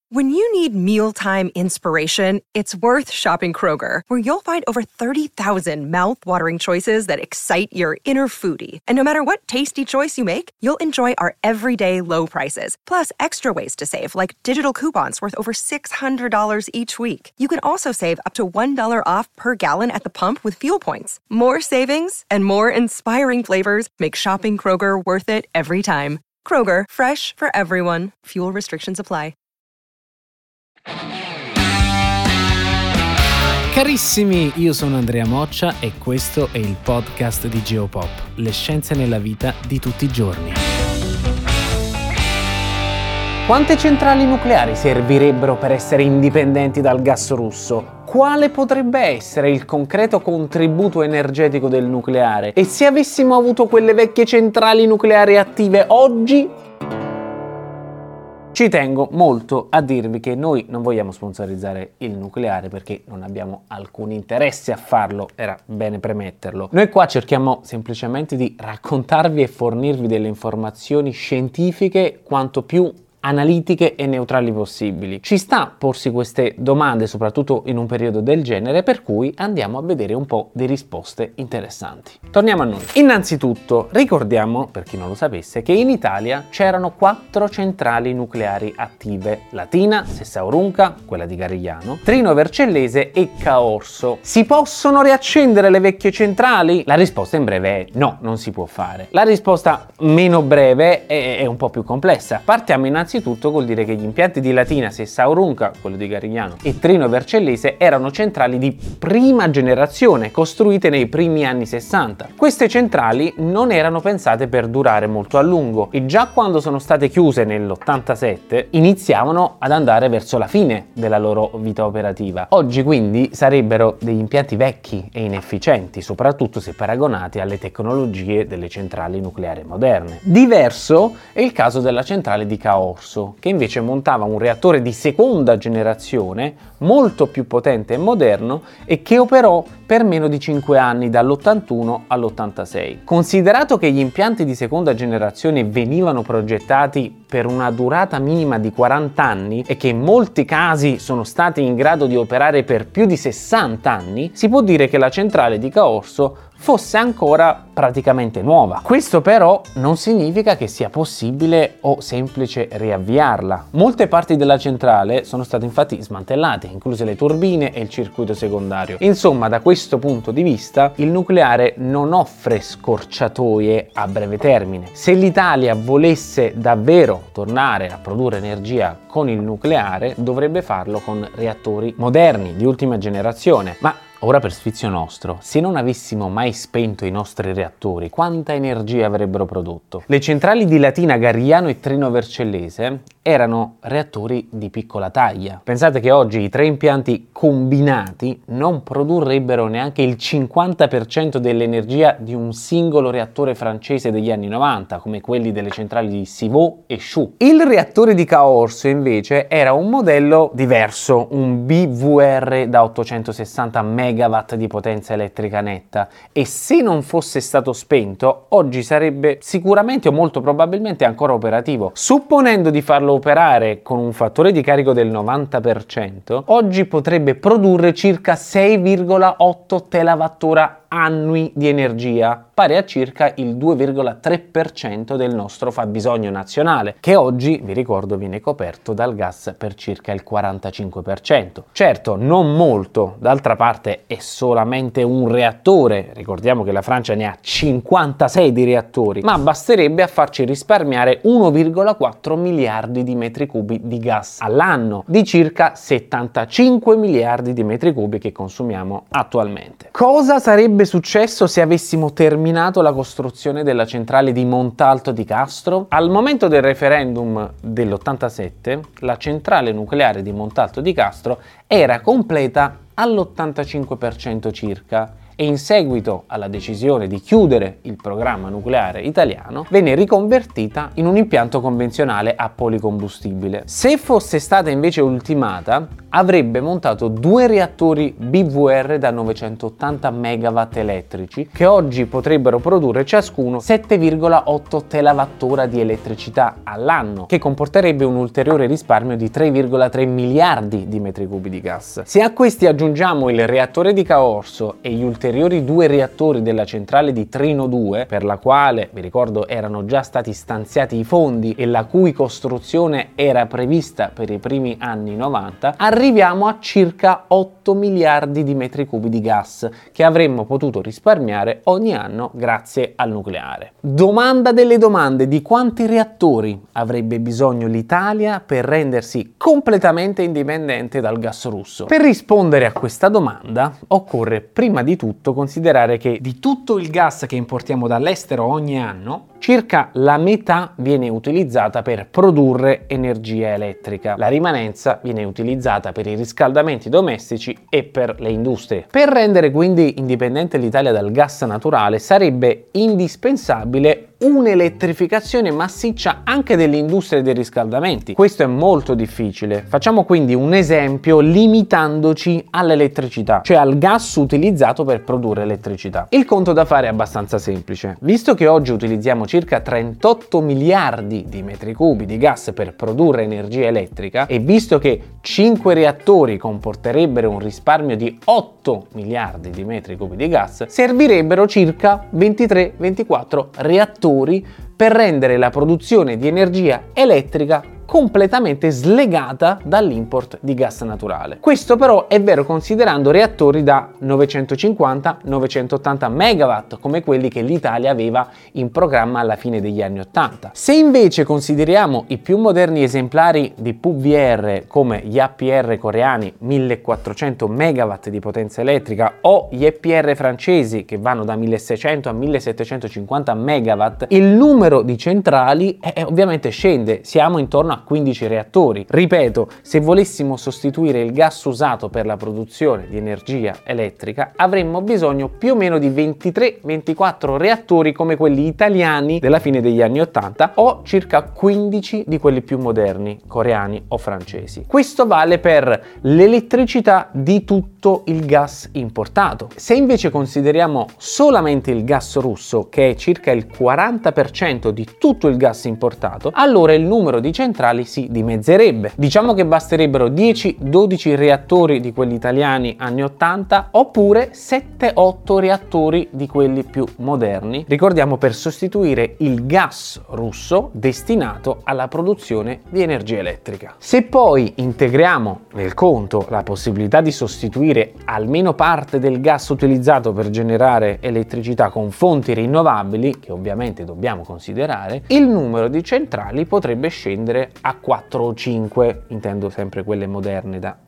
When you need mealtime inspiration, it's worth shopping Kroger, where you'll find over 30,000 mouth-watering choices that excite your inner foodie. And no matter what tasty choice you make, you'll enjoy our everyday low prices, plus extra ways to save, like digital coupons worth over $600 each week. You can also save up to $1 off per gallon at the pump with fuel points. More savings and more inspiring flavors make shopping Kroger worth it every time. Kroger, fresh for everyone. Fuel restrictions apply. Carissimi, io sono Andrea Moccia e questo è il podcast di Geopop, le scienze nella vita di tutti i giorni. Quante centrali nucleari servirebbero per essere indipendenti dal gas russo? Quale potrebbe essere il concreto contributo energetico del nucleare? E se avessimo avuto quelle vecchie centrali nucleari attive oggi? Ci tengo molto a dirvi che noi non vogliamo sponsorizzare il nucleare perché non abbiamo alcun interesse a farlo, era bene premetterlo. Noi qua cerchiamo semplicemente di raccontarvi e fornirvi delle informazioni scientifiche quanto più analitiche e neutrali possibili. Ci sta porsi queste domande, soprattutto in un periodo del genere, per cui andiamo a vedere un po' di risposte interessanti. Torniamo a noi. Innanzitutto, ricordiamo, per chi non lo sapesse, che in Italia c'erano 4 centrali nucleari attive: Latina, Sessaurunca, quella di Garigliano, Trino Vercellese e Caorso. Si possono riaccendere le vecchie centrali? La risposta in breve è no, non si può fare. La risposta meno breve è un po' più complessa. Partiamo innanzitutto col dire che gli impianti di Latina, Sessaurunca, quello di Garigliano, e Trino Vercellese erano centrali di prima generazione, costruite nei primi anni 60. Queste centrali non erano pensate per durare molto a lungo e già quando sono state chiuse nell'87 iniziavano ad andare verso la fine della loro vita operativa. Oggi quindi sarebbero degli impianti vecchi e inefficienti, soprattutto se paragonati alle tecnologie delle centrali nucleari moderne. Diverso è il caso della centrale di Caorso, che invece montava un reattore di seconda generazione molto più potente e moderno e che operò per meno di 5 anni, dall'81 all'86. Considerato che gli impianti di seconda generazione venivano progettati per una durata minima di 40 anni e che in molti casi sono stati in grado di operare per più di 60 anni, si può dire che la centrale di Caorso fosse ancora praticamente nuova. Questo però non significa che sia possibile o semplice riavviarla. Molte parti della centrale sono state infatti smantellate, incluse le turbine e il circuito secondario. Insomma, da questo punto di vista, il nucleare non offre scorciatoie a breve termine. Se l'Italia volesse davvero tornare a produrre energia con il nucleare, dovrebbe farlo con reattori moderni, di ultima generazione. Ma ora, per sfizio nostro, se non avessimo mai spento i nostri reattori, quanta energia avrebbero prodotto? Le centrali di Latina, Garigliano e Trino Vercellese erano reattori di piccola taglia. Pensate che oggi i 3 impianti combinati non produrrebbero neanche il 50% dell'energia di un singolo reattore francese degli anni 90, come quelli delle centrali di Civaux e Choux. Il reattore di Caorso invece era un modello diverso, un BVR da 860 megawatt di potenza elettrica netta, e se non fosse stato spento oggi sarebbe sicuramente o molto probabilmente ancora operativo. Supponendo di farlo operare con un fattore di carico del 90%, oggi potrebbe produrre circa 6,8 terawattora annui di energia, pari a circa il 2,3% del nostro fabbisogno nazionale, che oggi, vi ricordo, viene coperto dal gas per circa il 45%. Certo, non molto, d'altra parte è solamente un reattore, ricordiamo che la Francia ne ha 56 di reattori, ma basterebbe a farci risparmiare 1,4 miliardi di metri cubi di gas all'anno, di circa 75 miliardi di metri cubi che consumiamo attualmente. Cosa sarebbe successo se avessimo terminato la costruzione della centrale di Montalto di Castro? Al momento del referendum dell'87, la centrale nucleare di Montalto di Castro era completa all'85% circa e in seguito alla decisione di chiudere il programma nucleare italiano venne riconvertita in un impianto convenzionale a policombustibile. Se fosse stata invece ultimata, avrebbe montato 2 reattori BVR da 980 MW elettrici che oggi potrebbero produrre ciascuno 7,8 TWh di elettricità all'anno, che comporterebbe un ulteriore risparmio di 3,3 miliardi di metri cubi di gas. Se a questi aggiungiamo il reattore di Caorso e gli ulteriori 2 reattori della centrale di Trino 2, per la quale, vi ricordo, erano già stati stanziati i fondi e la cui costruzione era prevista per i primi anni 90, arriviamo a circa 8 miliardi di metri cubi di gas che avremmo potuto risparmiare ogni anno grazie al nucleare. Domanda delle domande: di quanti reattori avrebbe bisogno l'Italia per rendersi completamente indipendente dal gas russo? Per rispondere a questa domanda occorre prima di tutto considerare che di tutto il gas che importiamo dall'estero ogni anno, circa la metà viene utilizzata per produrre energia elettrica. La rimanenza viene utilizzata per i riscaldamenti domestici e per le industrie. Per rendere quindi indipendente l'Italia dal gas naturale sarebbe indispensabile un'elettrificazione massiccia anche delle industrie dei riscaldamenti. Questo è molto difficile. Facciamo quindi un esempio limitandoci all'elettricità, cioè al gas utilizzato per produrre elettricità. Il conto da fare è abbastanza semplice. Visto che oggi utilizziamo circa 38 miliardi di metri cubi di gas per produrre energia elettrica e visto che 5 reattori comporterebbero un risparmio di 8 miliardi di metri cubi di gas, servirebbero circa 23-24 reattori per rendere la produzione di energia elettrica completamente slegata dall'import di gas naturale. Questo però è vero considerando reattori da 950-980 MW come quelli che l'Italia aveva in programma alla fine degli anni 80. Se invece consideriamo i più moderni esemplari di PVR come gli APR coreani 1400 MW di potenza elettrica o gli EPR francesi che vanno da 1600 a 1750 MW, il numero di centrali ovviamente scende, siamo intorno a 15 reattori. Ripeto, se volessimo sostituire il gas usato per la produzione di energia elettrica avremmo bisogno più o meno di 23-24 reattori come quelli italiani della fine degli anni 80 o circa 15 di quelli più moderni, coreani o francesi. Questo vale per l'elettricità di tutto il gas importato. Se invece consideriamo solamente il gas russo, che è circa il 40% di tutto il gas importato, allora il numero di centrali si dimezzerebbe. Diciamo che basterebbero 10-12 reattori di quelli italiani anni 80 oppure 7-8 reattori di quelli più moderni, ricordiamo, per sostituire il gas russo destinato alla produzione di energia elettrica. Se poi integriamo nel conto la possibilità di sostituire almeno parte del gas utilizzato per generare elettricità con fonti rinnovabili, che ovviamente dobbiamo considerare, il numero di centrali potrebbe scendere a 4 o 5, intendo sempre quelle moderne da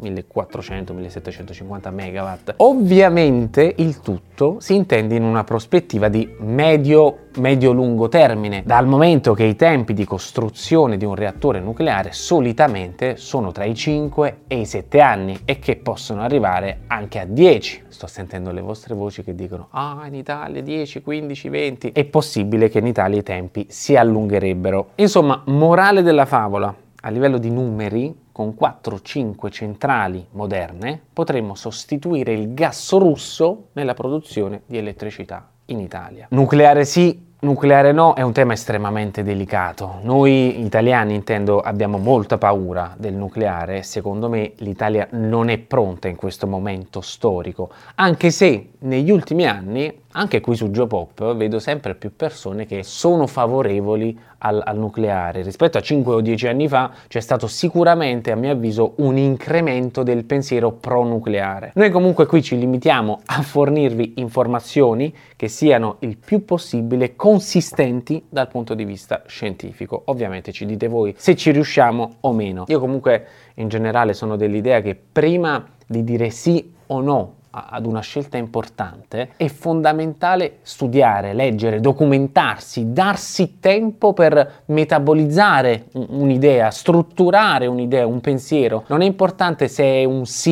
1400-1750 MW. Ovviamente il tutto si intende in una prospettiva di medio-lungo termine, dal momento che i tempi di costruzione di un reattore nucleare solitamente sono tra i 5 e i 7 anni e che possono arrivare anche a 10. Sto sentendo le vostre voci che dicono in Italia 10, 15, 20. È possibile che in Italia i tempi si allungherebbero. Insomma, morale della favola: a livello di numeri, con 4-5 centrali moderne potremmo sostituire il gas russo nella produzione di elettricità in Italia. Nucleare sì, nucleare no, è un tema estremamente delicato. Noi italiani, intendo, abbiamo molta paura del nucleare e secondo me l'Italia non è pronta in questo momento storico, anche se negli ultimi anni, anche qui su Geopop, vedo sempre più persone che sono favorevoli al nucleare. Rispetto a 5 o 10 anni fa c'è stato sicuramente, a mio avviso, un incremento del pensiero pro-nucleare. Noi comunque qui ci limitiamo a fornirvi informazioni che siano il più possibile consistenti dal punto di vista scientifico. Ovviamente ci dite voi se ci riusciamo o meno. Io comunque in generale sono dell'idea che prima di dire sì o no ad una scelta importante è fondamentale studiare, leggere, documentarsi, darsi tempo per metabolizzare un'idea, strutturare un'idea, un pensiero. Non è importante se è un sì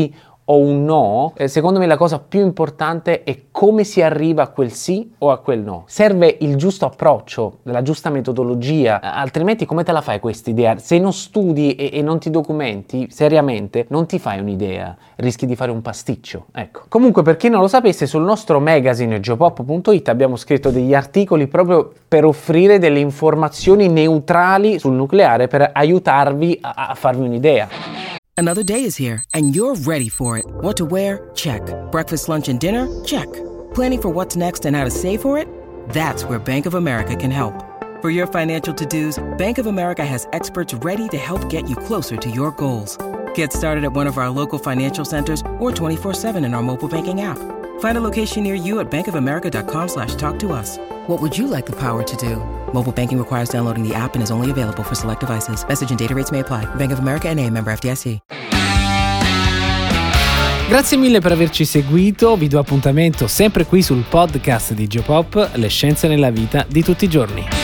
o un no, secondo me la cosa più importante è come si arriva a quel sì o a quel no. Serve il giusto approccio, la giusta metodologia, altrimenti come te la fai questa idea? Se non studi e non ti documenti seriamente, non ti fai un'idea, rischi di fare un pasticcio, ecco. Comunque, per chi non lo sapesse, sul nostro magazine geopop.it abbiamo scritto degli articoli proprio per offrire delle informazioni neutrali sul nucleare, per aiutarvi a farvi un'idea. Another day is here, and you're ready for it. What to wear? Check. Breakfast, lunch, and dinner? Check. Planning for what's next and how to save for it? That's where Bank of America can help. For your financial to-dos, Bank of America has experts ready to help get you closer to your goals. Get started at one of our local financial centers or 24/7 in our mobile banking app. Find a location near you at bankofamerica.com/talktous. What would you like the power to do? Mobile banking requires downloading the app and is only available for select devices. Message and data rates may apply. Bank of America N.A., member FDIC. Grazie mille per averci seguito, vi do appuntamento sempre qui sul podcast di Geopop, le scienze nella vita di tutti i giorni.